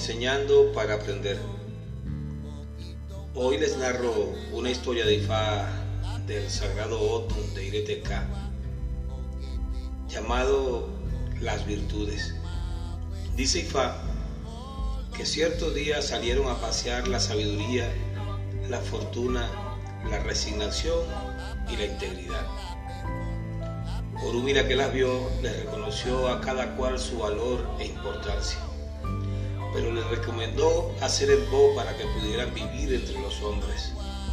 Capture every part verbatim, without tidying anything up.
Enseñando para aprender. Hoy les narro una historia de Ifá del Sagrado Otun de Ireteca, llamado Las Virtudes. Dice Ifá que cierto día salieron a pasear la sabiduría, la fortuna, la resignación y la integridad. Orúmila, que las vio, les reconoció a cada cual su valor e importancia, pero les recomendó hacer el bo para que pudieran vivir entre los hombres.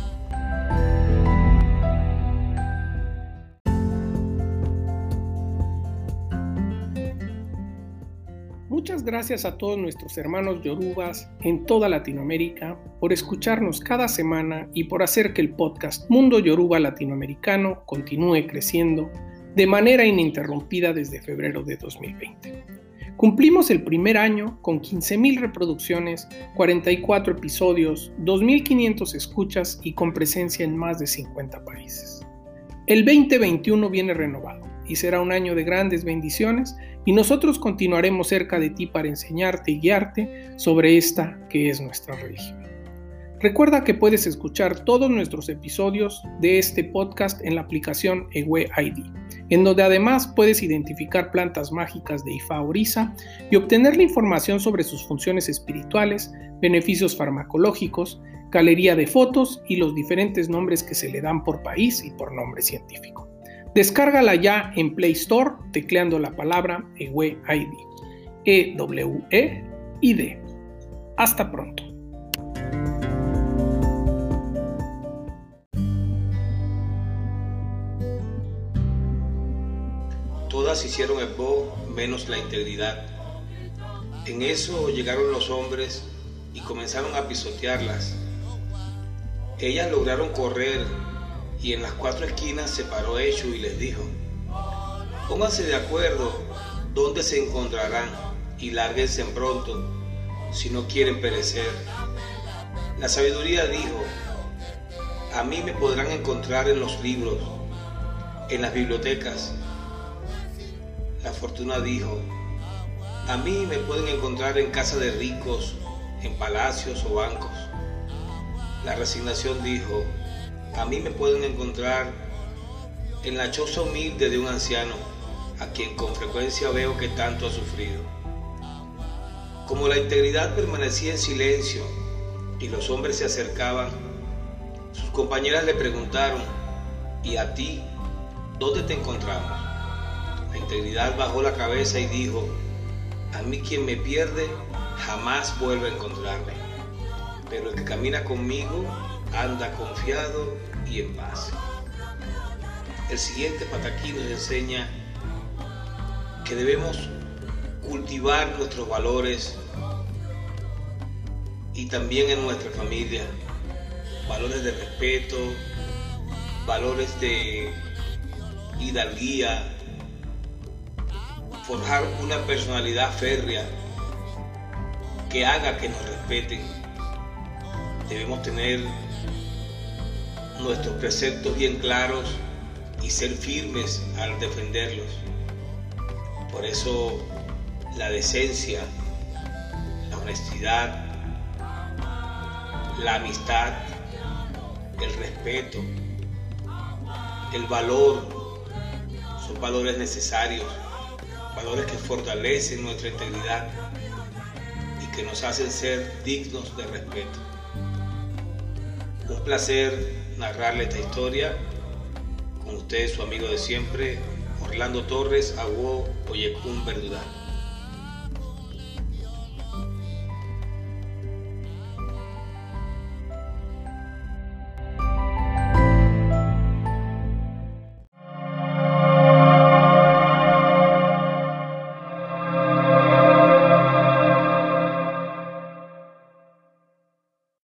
Muchas gracias a todos nuestros hermanos yorubas en toda Latinoamérica por escucharnos cada semana y por hacer que el podcast Mundo Yoruba Latinoamericano continúe creciendo de manera ininterrumpida desde febrero de dos mil veinte. Cumplimos el primer año con quince mil reproducciones, cuarenta y cuatro episodios, dos mil quinientas escuchas y con presencia en más de cincuenta países. El veinte veintiuno viene renovado y será un año de grandes bendiciones, y nosotros continuaremos cerca de ti para enseñarte y guiarte sobre esta que es nuestra religión. Recuerda que puedes escuchar todos nuestros episodios de este podcast en la aplicación Ewe I D, en donde además puedes identificar plantas mágicas de Ifá Orisa y obtener la información sobre sus funciones espirituales, beneficios farmacológicos, galería de fotos y los diferentes nombres que se le dan por país y por nombre científico. Descárgala ya en Play Store tecleando la palabra Ewe I D, E W E I D. Hasta pronto. Todas hicieron el bo menos la integridad. En eso llegaron los hombres y comenzaron a pisotearlas. Ellas lograron correr y en las cuatro esquinas se paró Eshu y les dijo: pónganse de acuerdo dónde se encontrarán y lárguense pronto si no quieren perecer. La sabiduría dijo: a mí me podrán encontrar en los libros, en las bibliotecas. La fortuna dijo: a mí me pueden encontrar en casa de ricos, en palacios o bancos. La resignación dijo: a mí me pueden encontrar en la choza humilde de un anciano, a quien con frecuencia veo que tanto ha sufrido. Como la integridad permanecía en silencio y los hombres se acercaban, sus compañeras le preguntaron: ¿y a ti, dónde te encontramos? La integridad bajó la cabeza y dijo: a mí quien me pierde jamás vuelve a encontrarme, pero el que camina conmigo anda confiado y en paz. El siguiente pataquí nos enseña que debemos cultivar nuestros valores y también en nuestra familia, valores de respeto, valores de hidalguía, forjar una personalidad férrea que haga que nos respeten. Debemos tener nuestros preceptos bien claros y ser firmes al defenderlos. Por eso la decencia, la honestidad, la amistad, el respeto, el valor son valores necesarios, valores que fortalecen nuestra integridad y que nos hacen ser dignos de respeto. Un placer narrarle esta historia con usted, su amigo de siempre, Orlando Torres, Agüo Oyekun Verdudá.